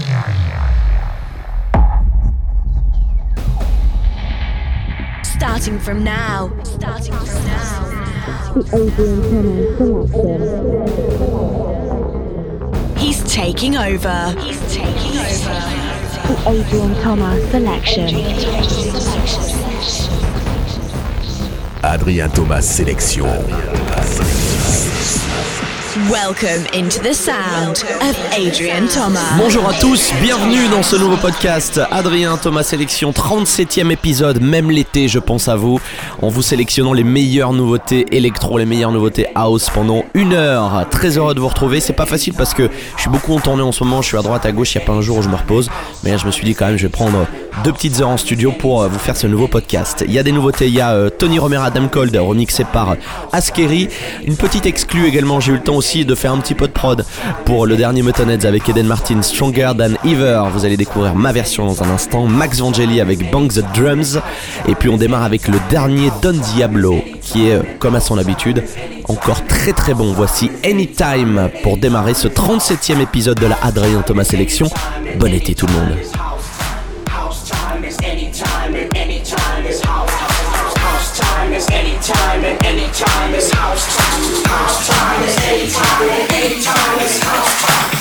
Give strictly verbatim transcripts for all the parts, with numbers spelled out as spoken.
Starting from now. Starting from now. The Adrian Thomas selection. He's taking over. He's taking over. The Adrian Thomas selection. Adrien Thomas sélection. Welcome into the sound of Adrien Thomas. Bonjour à tous, bienvenue dans ce nouveau podcast Adrien Thomas Sélection, trente-septième épisode, même l'été je pense à vous, en vous sélectionnant les meilleures nouveautés électro, les meilleures nouveautés house pendant une heure. Très heureux de vous retrouver, c'est pas facile parce que je suis beaucoup en tournée en ce moment, je suis à droite à gauche, il n'y a pas un jour où je me repose, mais là je me suis dit quand même je vais prendre deux petites heures en studio pour vous faire ce nouveau podcast. Il y a des nouveautés, il y a euh, Tony Romera, Adam Cold, remixé par Askeri, une petite exclue également, j'ai eu le temps aussi de faire un petit peu de prod pour le dernier Motorheads avec Eden Martin, Stronger Than Ever. Vous allez découvrir ma version dans un instant. Max Vangeli avec Bang the Drums. Et puis on démarre avec le dernier Don Diablo qui est, comme à son habitude, encore très très bon. Voici Anytime pour démarrer ce trente-septième épisode de la Adrien Thomas Sélection. Bon été tout le monde. Anytime and anytime is house time. House time is anytime and anytime is house time.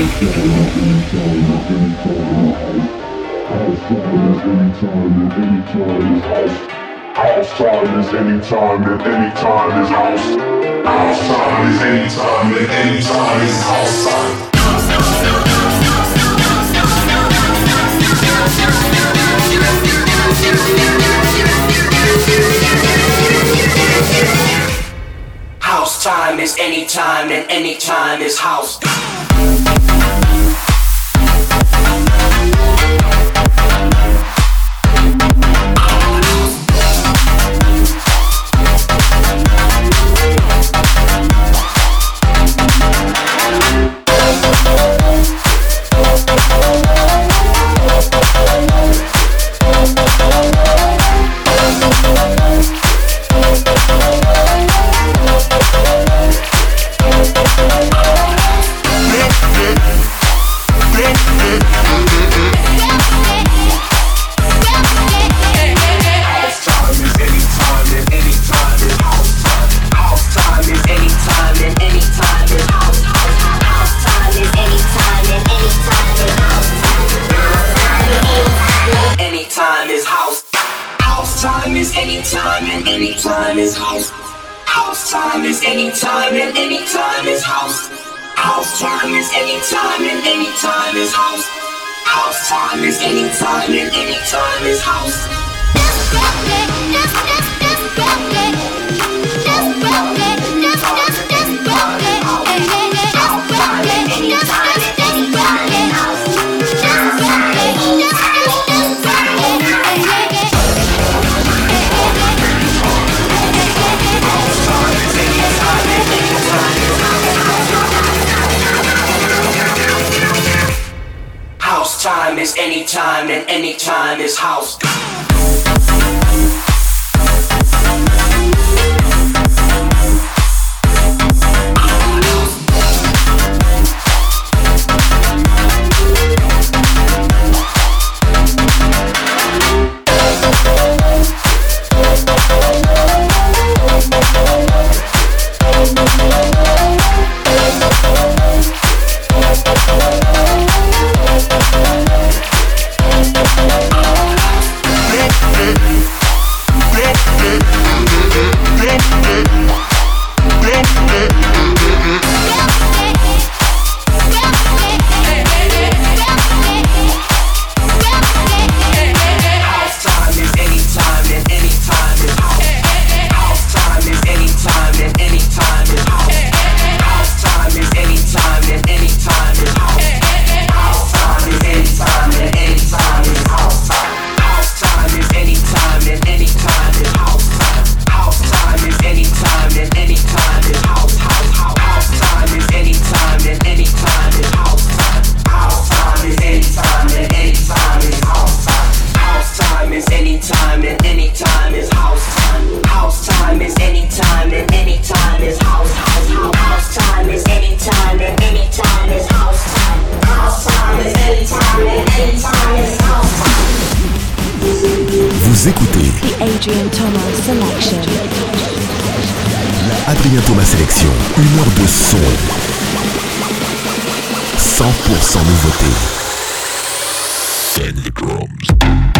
House time is anytime and anytime is house. House time is anytime and anytime is house time. House time is anytime and anytime is house. Anytime is house. House time is anytime and anytime is house. House time is anytime and anytime is house. House time is anytime and anytime is house. Time is anytime and anytime is house. Make Vous écoutez The Adrian Thomas Selection. La Adrien Thomas Sélection. Une heure de son. cent pour cent nouveauté. Send the drums.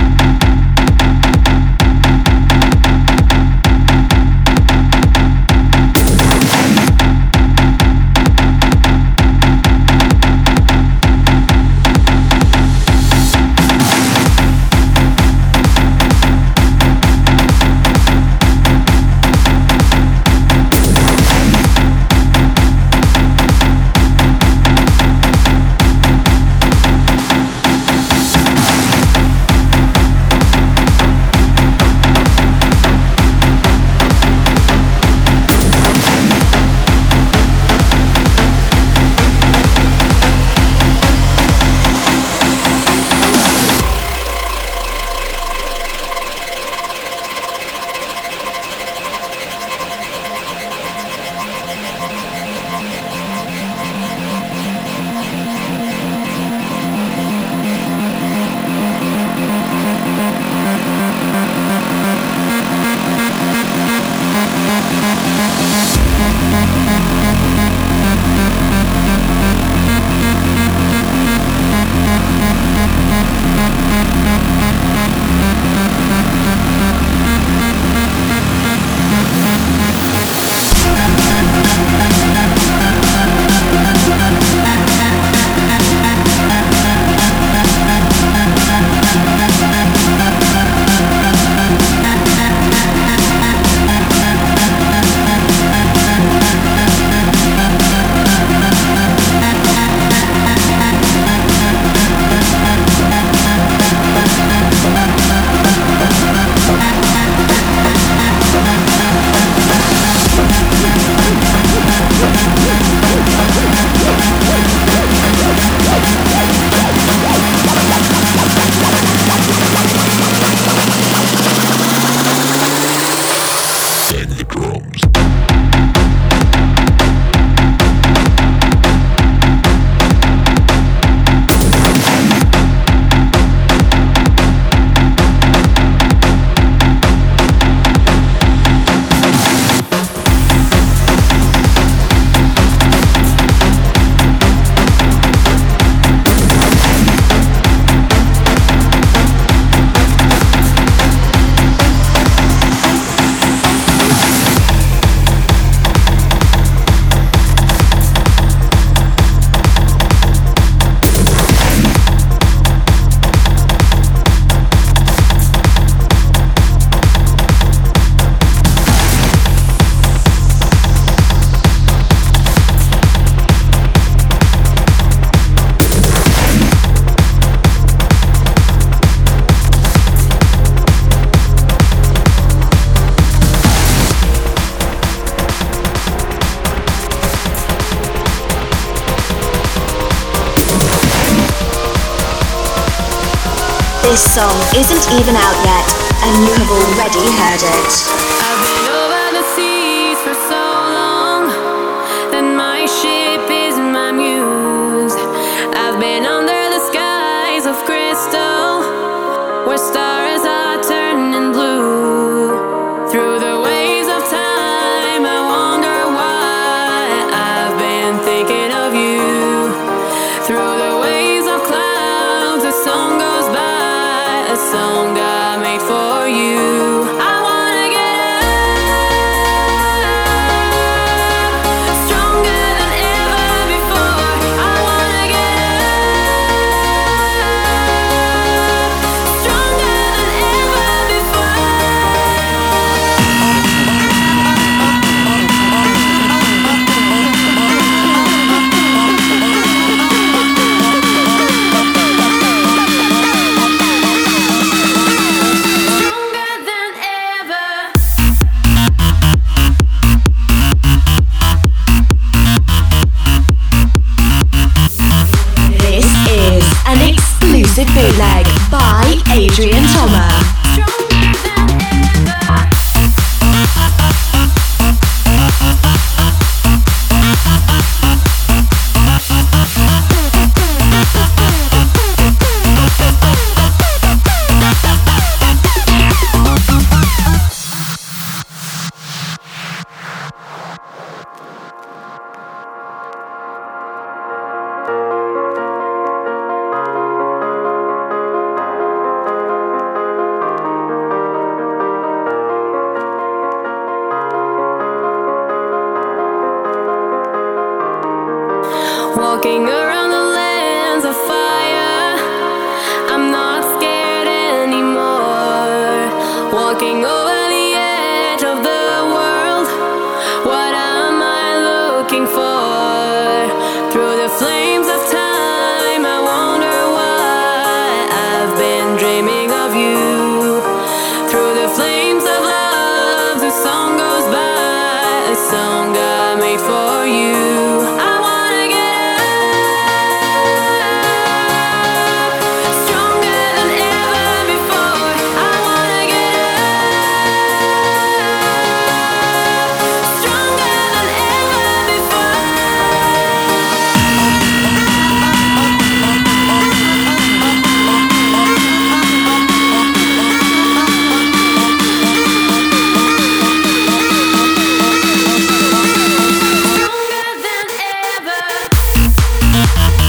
This song isn't even out yet, and you have already heard it. I've been over the seas for so long that my ship is my muse. I've been under the skies of crystal where stars are turning blue. Through the waves of time I wonder why I've been thinking of you. Through the waves of clouds a song goes by, a song I made for you. I wanna get up, stronger than ever before. I wanna get up, stronger than ever before. Exclusive bootleg by Adrian Thomas. Looking over the edge of the world, what am I looking for? Through the flames of time, I wonder why I've been dreaming of you. Through the flames of love, the song goes by, a song I made for you. I wanna get up, stronger than ever before. I wanna get up, stronger than ever before. Stronger than ever.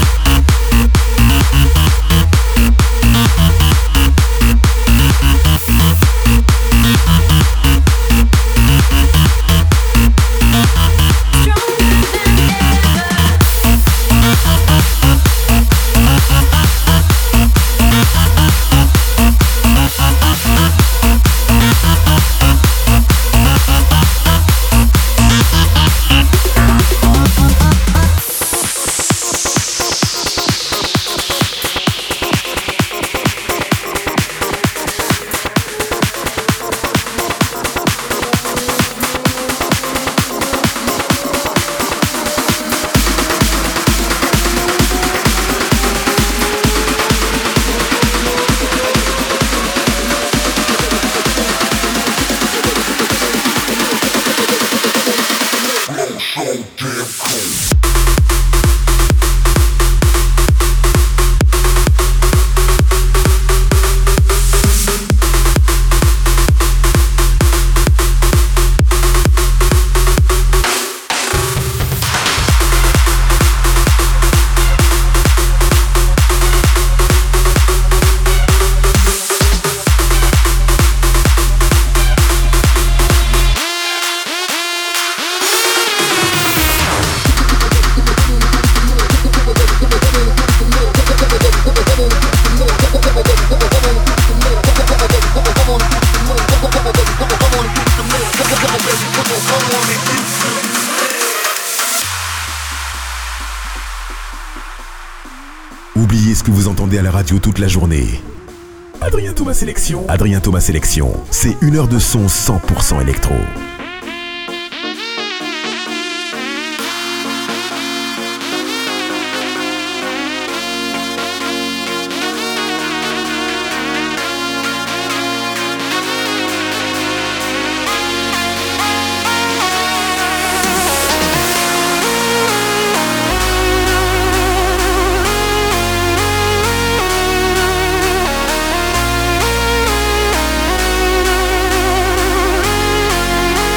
Stronger than ever. Oubliez ce que vous entendez à la radio toute la journée. Adrien Thomas Sélection. Adrien Thomas Sélection, c'est une heure de son cent pour cent électro. Stronger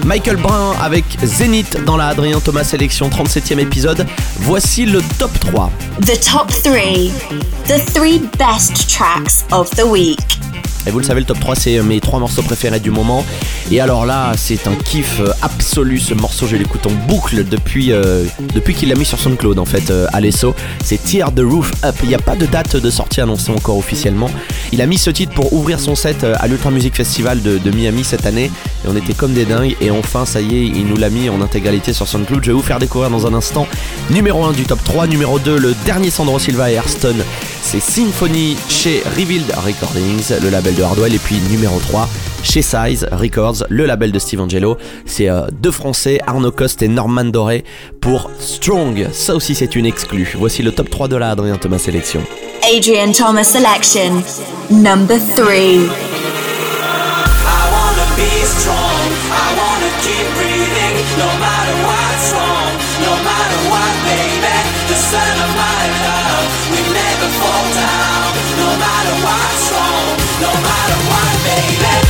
Michael Brun avec Zénith dans la Adrien Thomas Sélection, trente-septième épisode. Voici le top trois. The top three. The three best tracks of the week. Et vous le savez, le top trois, c'est mes trois morceaux préférés du moment. Et alors là, c'est un kiff absolu. Ce morceau, je l'écoute en boucle depuis, euh, depuis qu'il l'a mis sur SoundCloud, en fait, euh, Alesso. C'est Tear the Roof Up. Il n'y a pas de date de sortie annoncée encore officiellement. Il a mis ce titre pour ouvrir son set à l'Ultra Music Festival de, de Miami cette année. Et on était comme des dingues. Et enfin, ça y est, il nous l'a mis en intégralité sur SoundCloud. Je vais vous faire découvrir dans un instant. Numéro un du top trois. Numéro deux, le dernier Sandro Silva et Airstone. C'est Symphony chez Revealed Recordings, le label de Hardwell. Et puis numéro trois, chez Size Records, le label de Steve Angelo. C'est euh, deux Français, Arnaud Coste et Norman Doré, pour Strong. Ça aussi, c'est une exclue. Voici le top trois de la Adrien Thomas Sélection. Adrian Thomas Selection, number three. I wanna be strong, I wanna keep breathing, no matter what's wrong, no matter what, baby. The sun of my love, we never fall down, no matter what's wrong, no matter what, baby.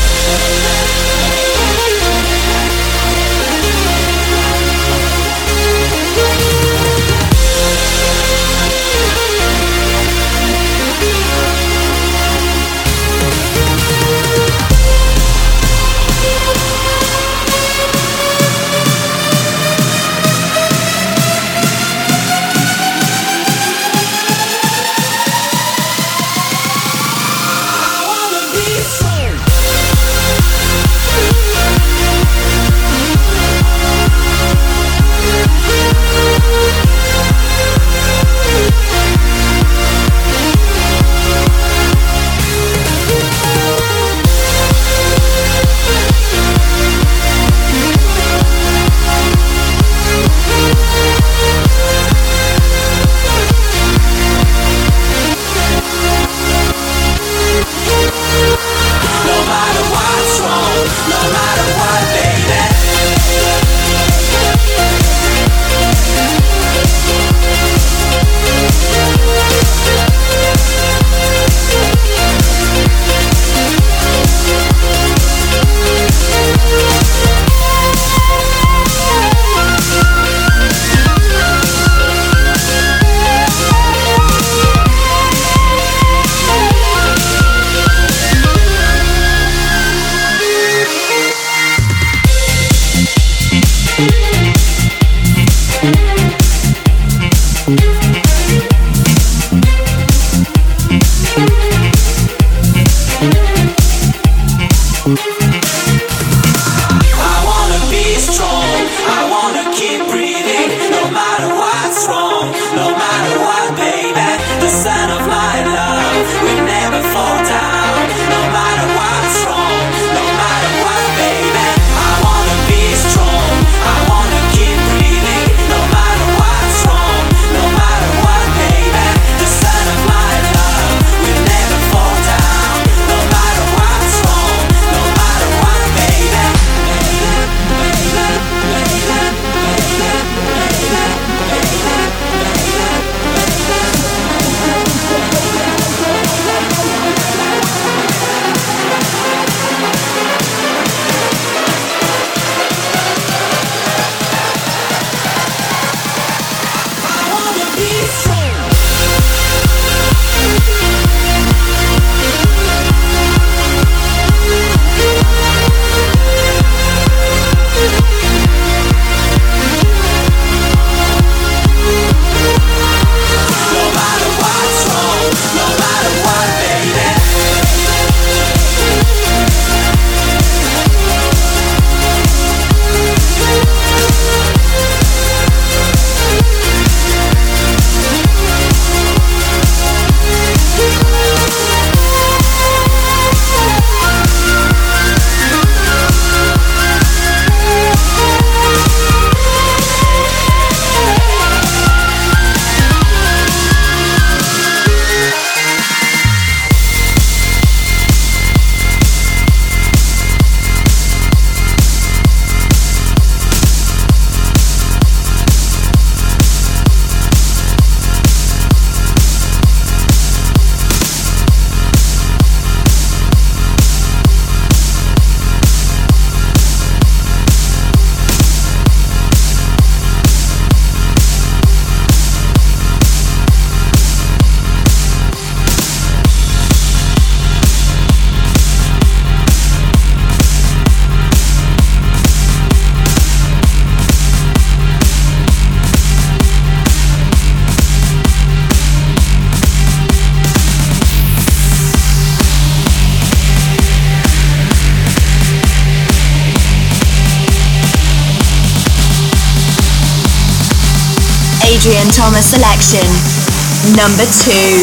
Adrian Thomas selection. Number two.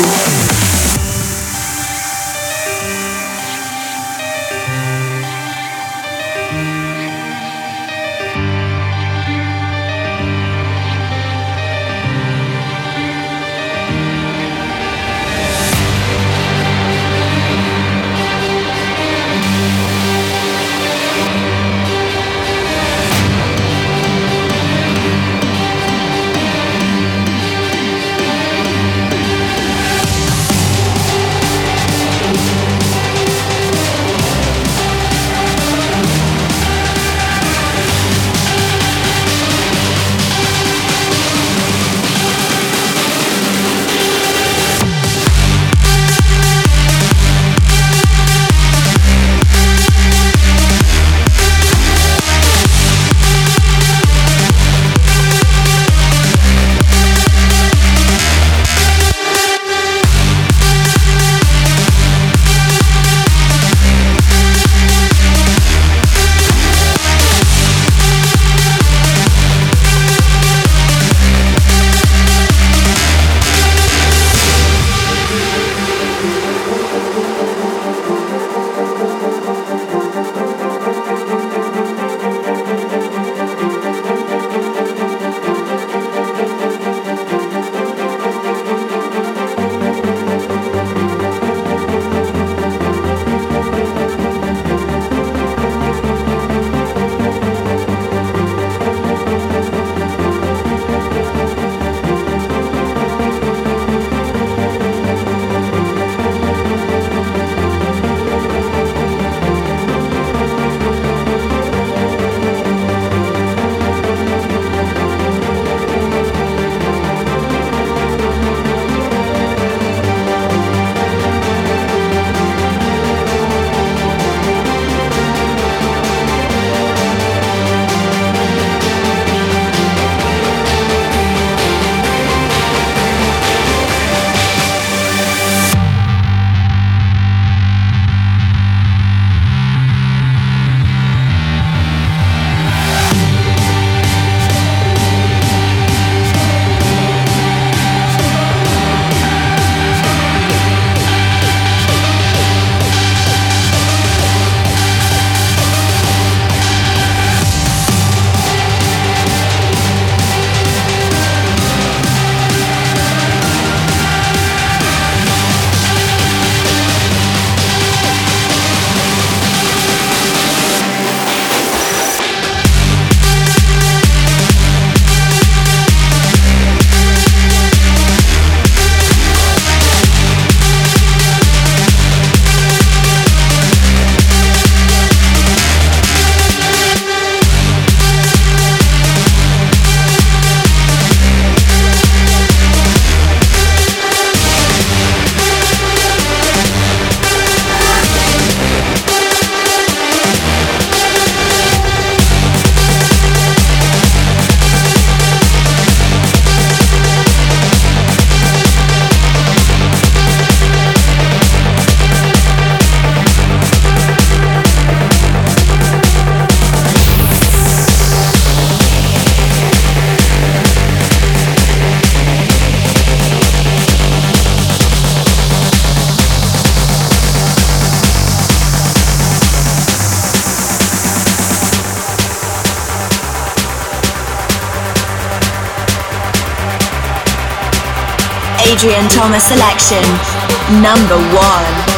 Adrian Thomas selection. Number one.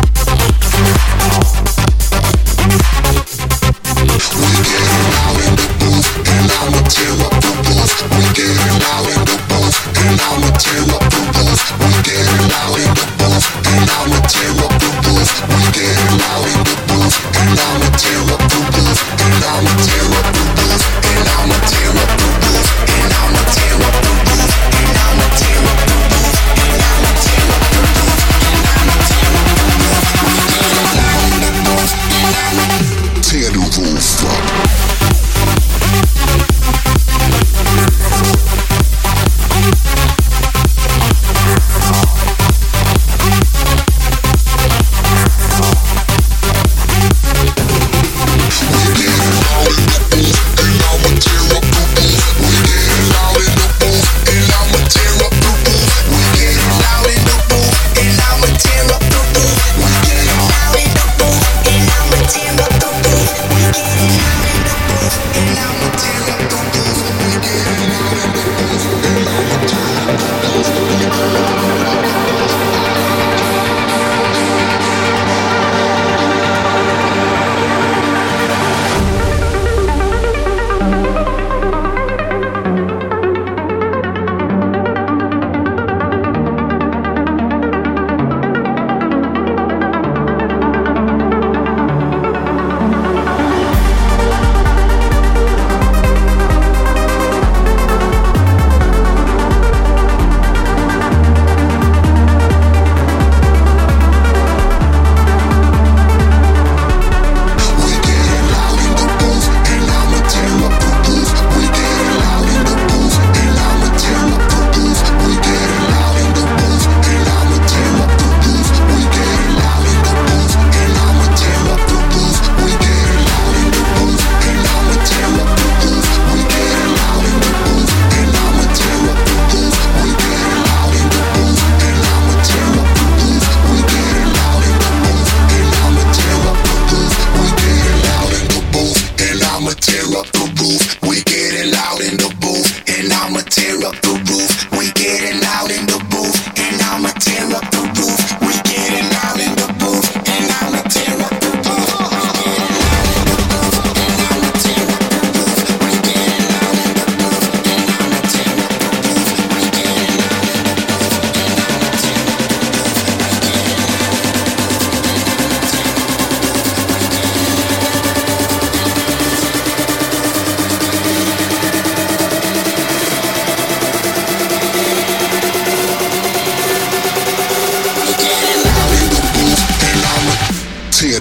We get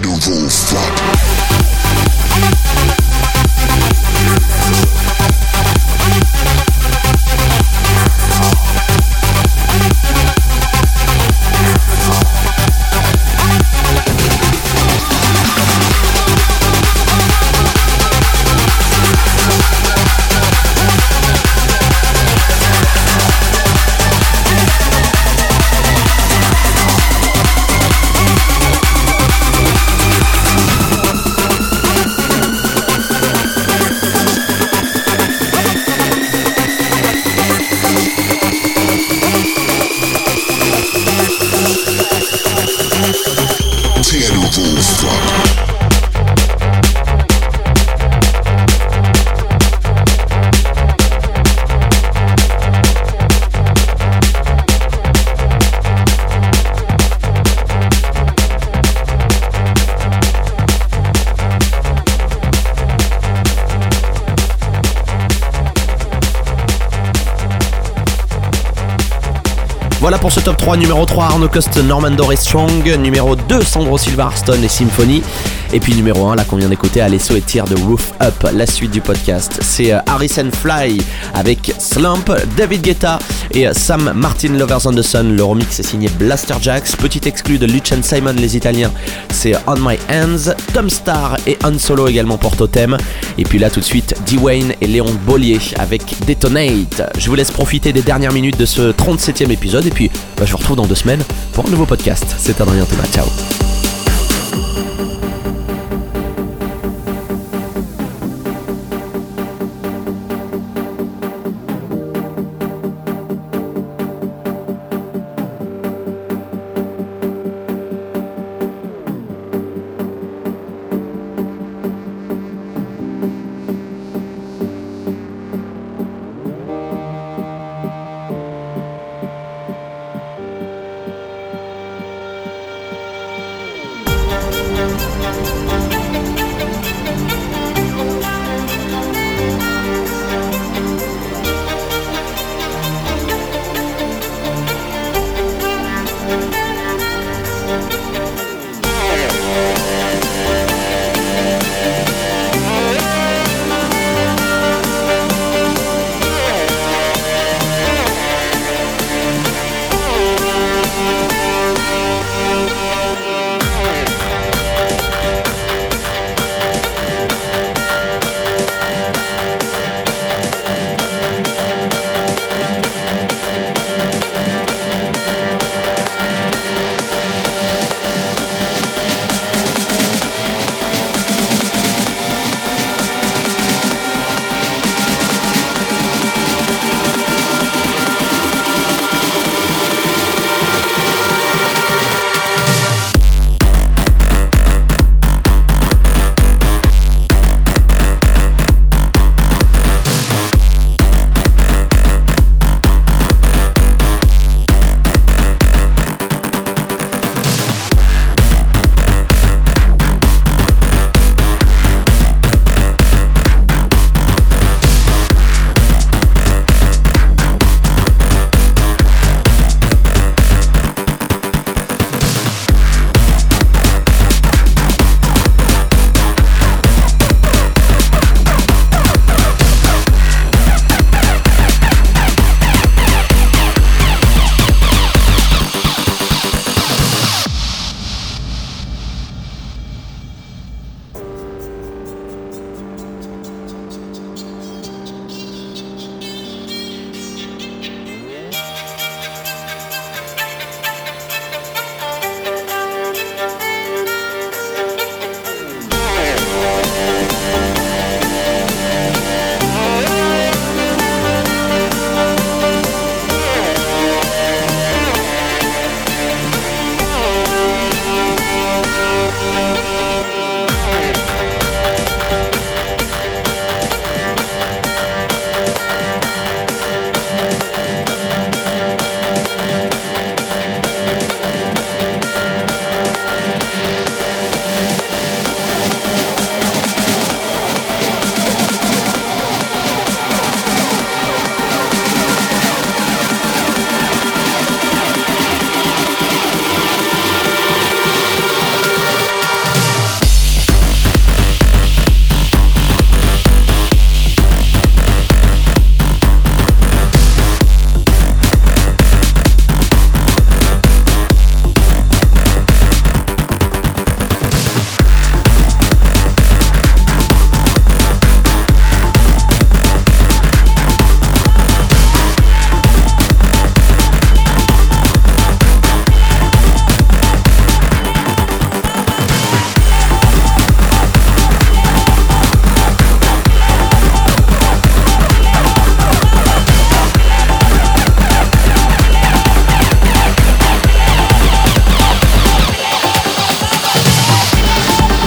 Terrible fuck. Voilà pour ce top trois. Numéro trois, Arno Cost, Norman Doray Strong. Numéro deux, Sandro Silva Arston et Symphony. Et puis numéro un, là qu'on vient d'écouter, Alesso et Tear de Roof Up. La suite du podcast, c'est euh, Harrison Fly avec Slump, David Guetta et euh, Sam Martin, Lovers on the Sun. Le remix est signé Blaster Jacks. Petit exclu de Lucian Simon, les Italiens, c'est On My Hands. Tom Starr et Han Solo également pour Totem. Et puis là tout de suite, Dwayne et Léon Bollier avec Detonate. Je vous laisse profiter des dernières minutes de ce trente-septième épisode. Et puis bah, je vous retrouve dans deux semaines pour un nouveau podcast. C'est Adrien Thomas, ciao.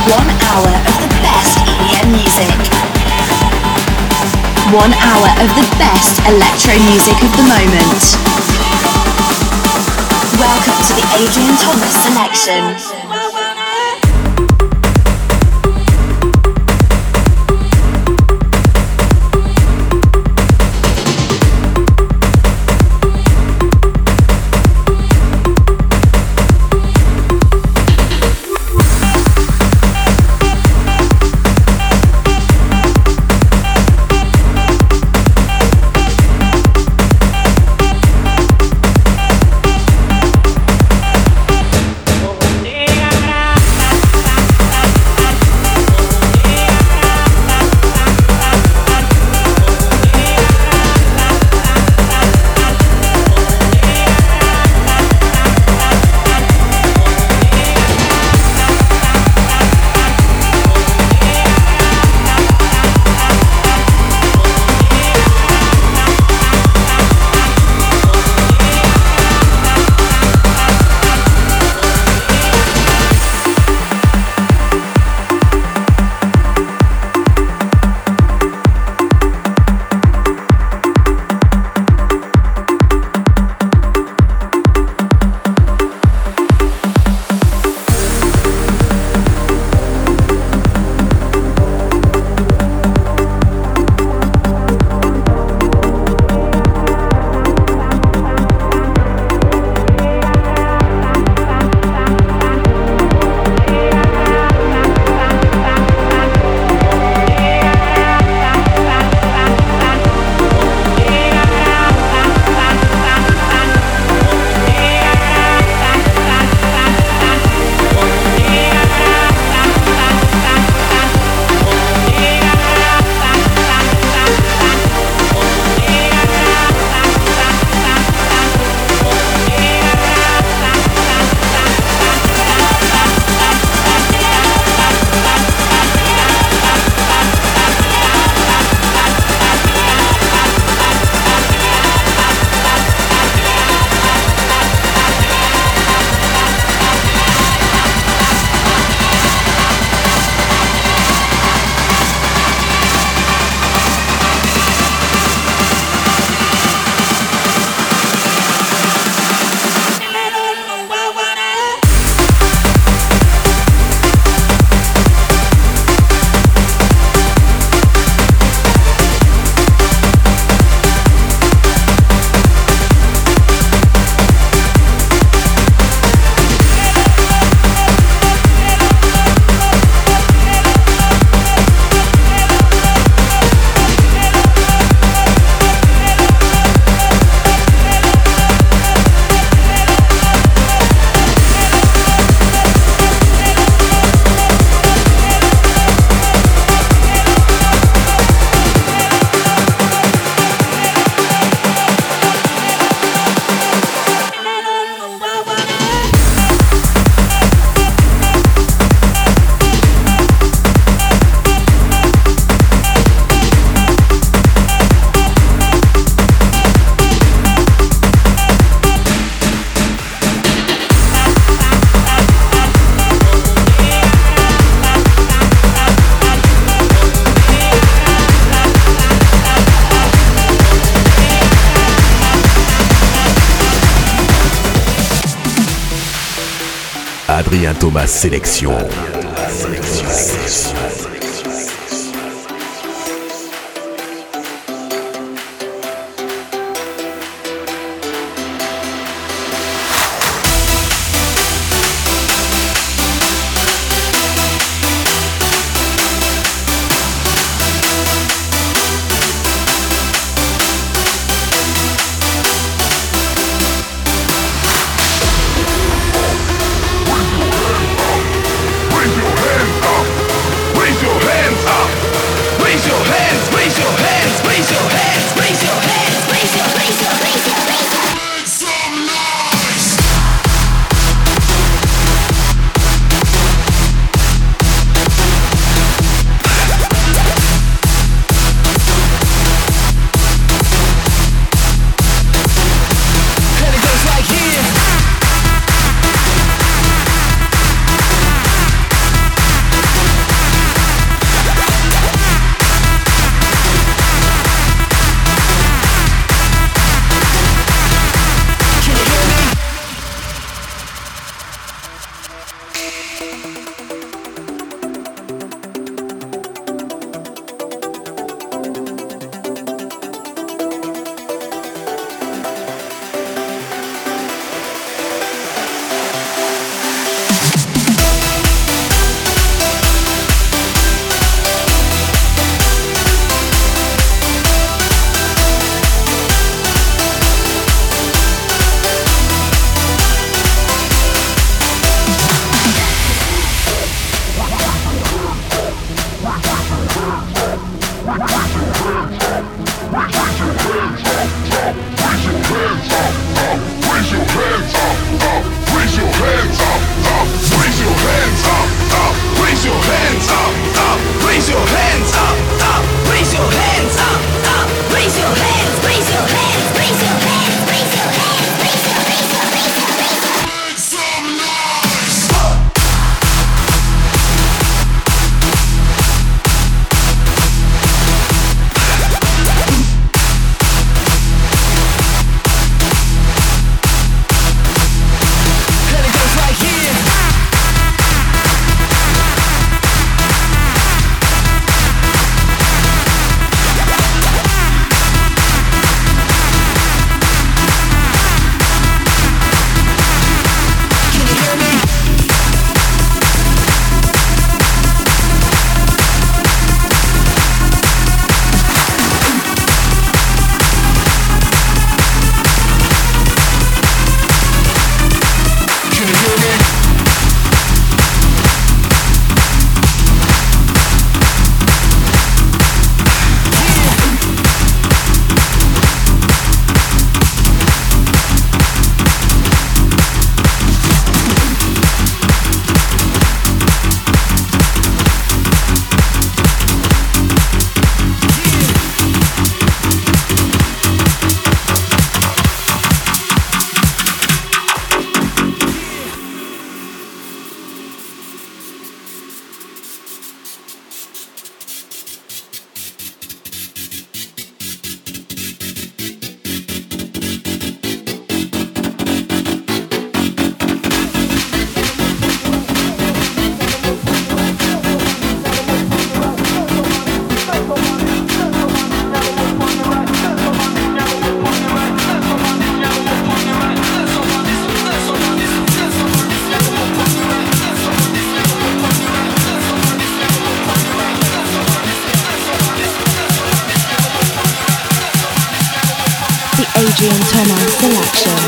One hour of the best E D M music. One hour of the best electro music of the moment. Welcome to the Adrian Thomas Selection. Adrien Thomas Sélection. Sélection. Sélection. Raise your hands up! Adrian Thomas selection.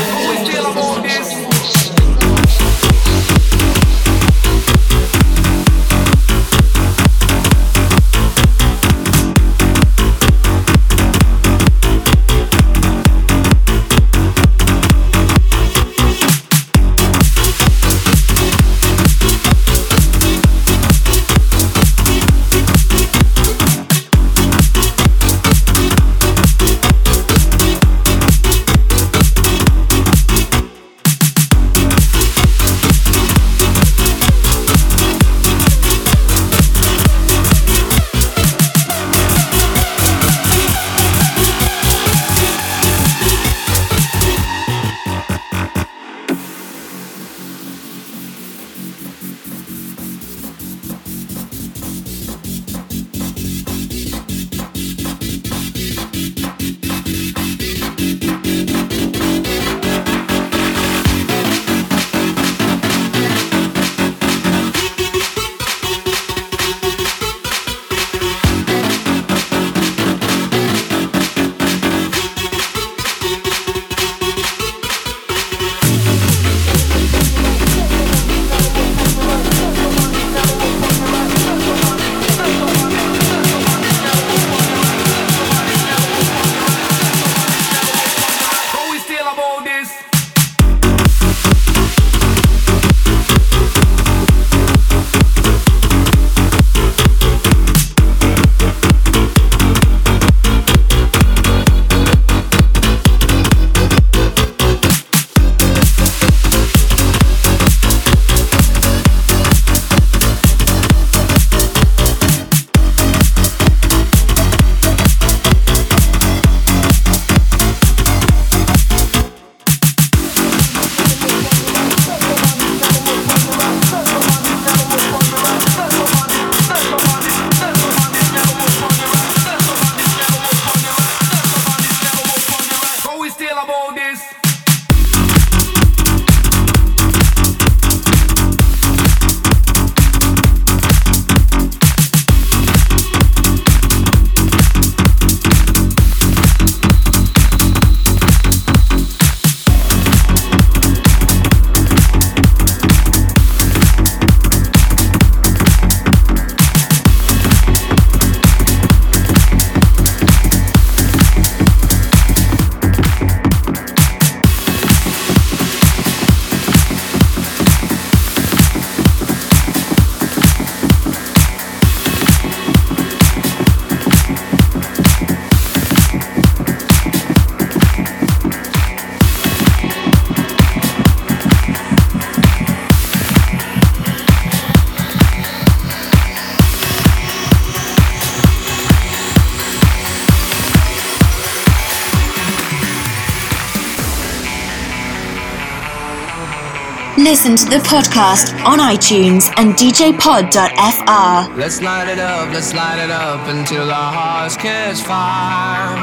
Listen to the podcast on iTunes and d j pod dot f r. Let's light it up, let's light it up until our hearts catch fire.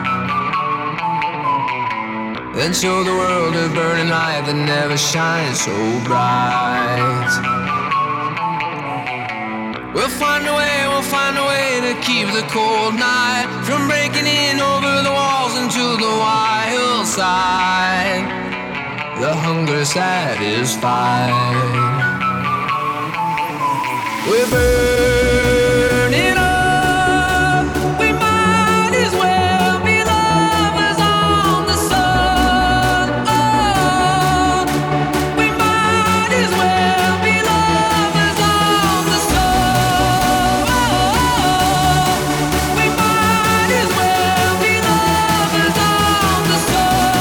Then show the world a burning light that never shines so bright. We'll find a way, we'll find a way to keep the cold night from breaking in over the walls into the wild side. The hunger satisfied. We're burning up. We might as well be lovers on the sun. Oh, we might as well be lovers on the sun. Oh, we might as well be lovers on the sun.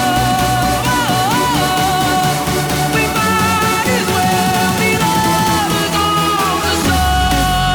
We might as well be lovers on the sun.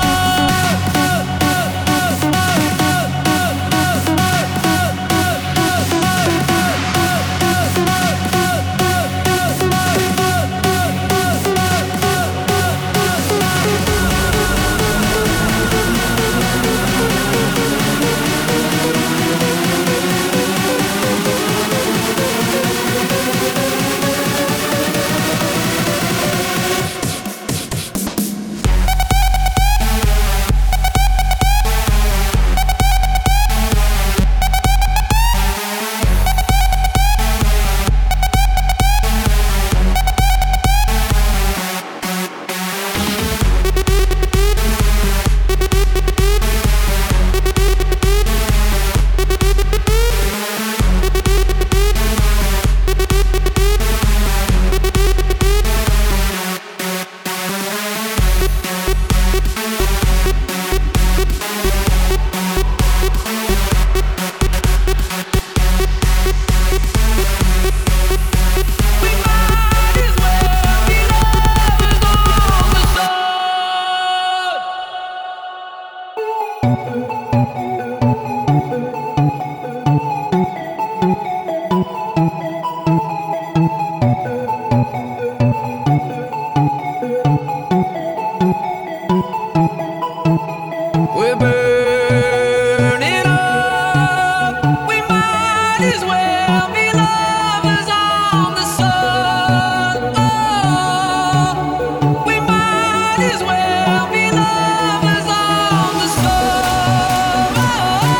we're burning up. We might as well be lovers on the sun. Oh, we might as well be lovers on the sun. Oh,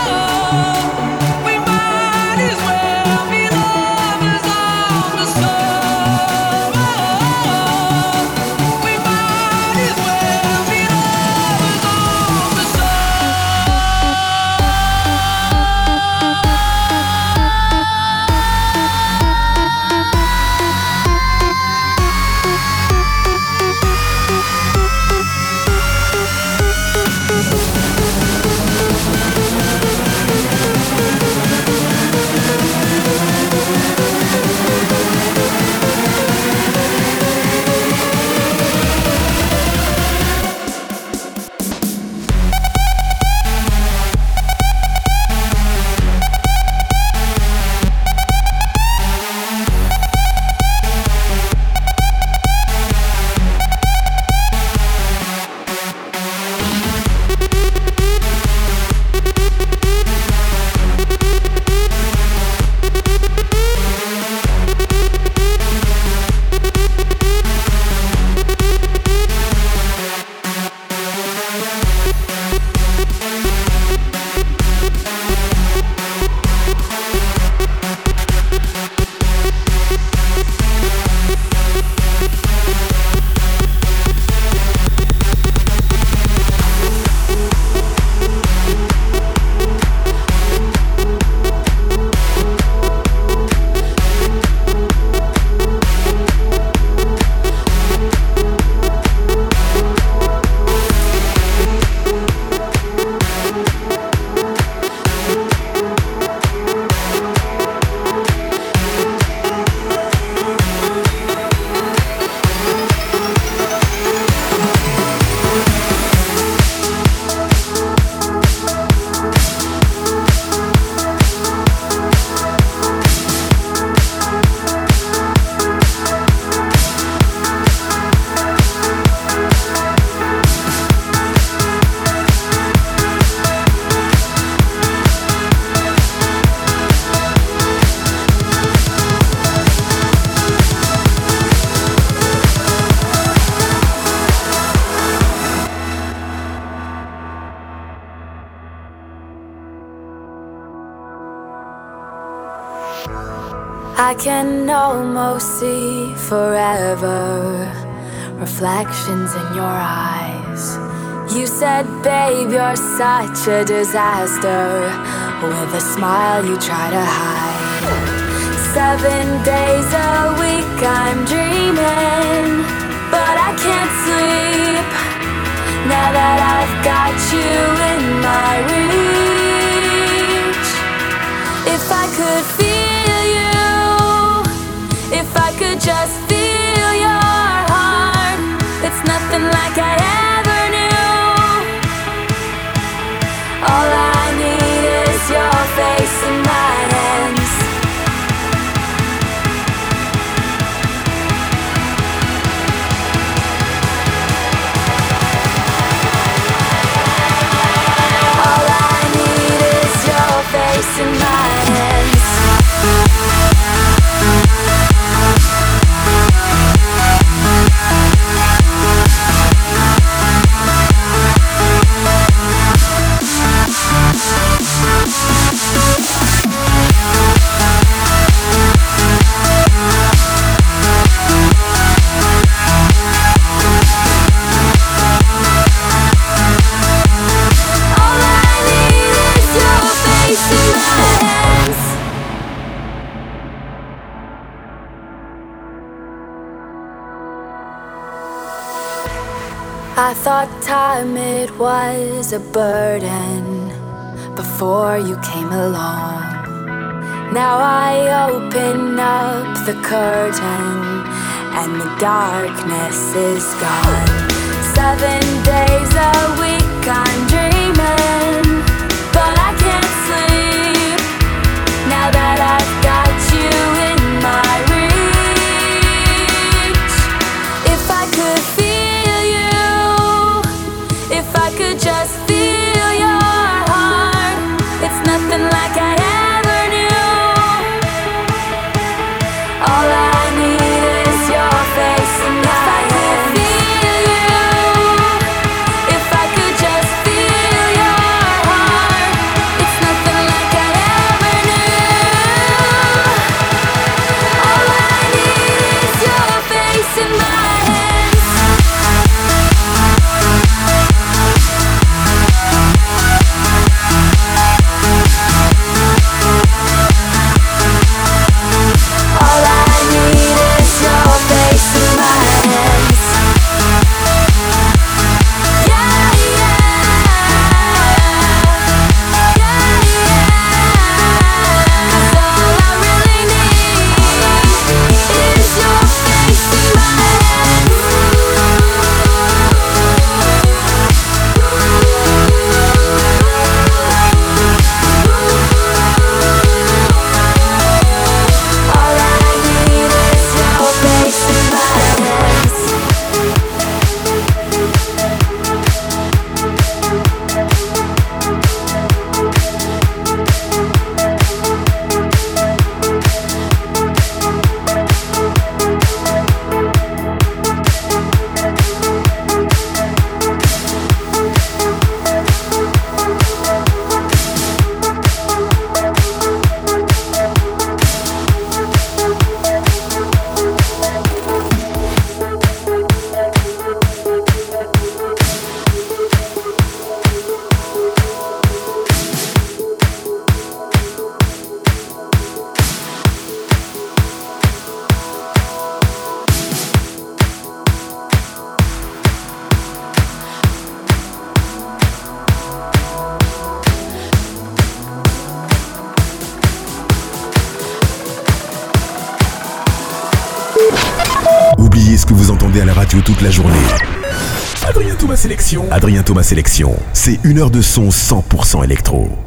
we might as well be lovers on the sun. Oh, we might as well be lovers on the sun. I can almost see forever reflections in your eyes. You said, babe, you're such a disaster. With a smile you try to hide. Seven days a week I'm dreaming, but I can't sleep now that I've got you in my reach. If I could feel you, if I could just feel your heart, it's nothing like I ever knew. All I need is your face in my hands. All I need is your face in my hands. I thought time it was a burden before you came along. Now I open up the curtain and the darkness is gone. Seven days a week I'm dreaming, but I can't sleep now that I've got you in my reach. If I could feel you, if I could just feel oubliez ce que vous entendez à la radio toute la journée. Adrien Thomas Sélection. Adrien Thomas Sélection, c'est une heure de son cent pour cent électro.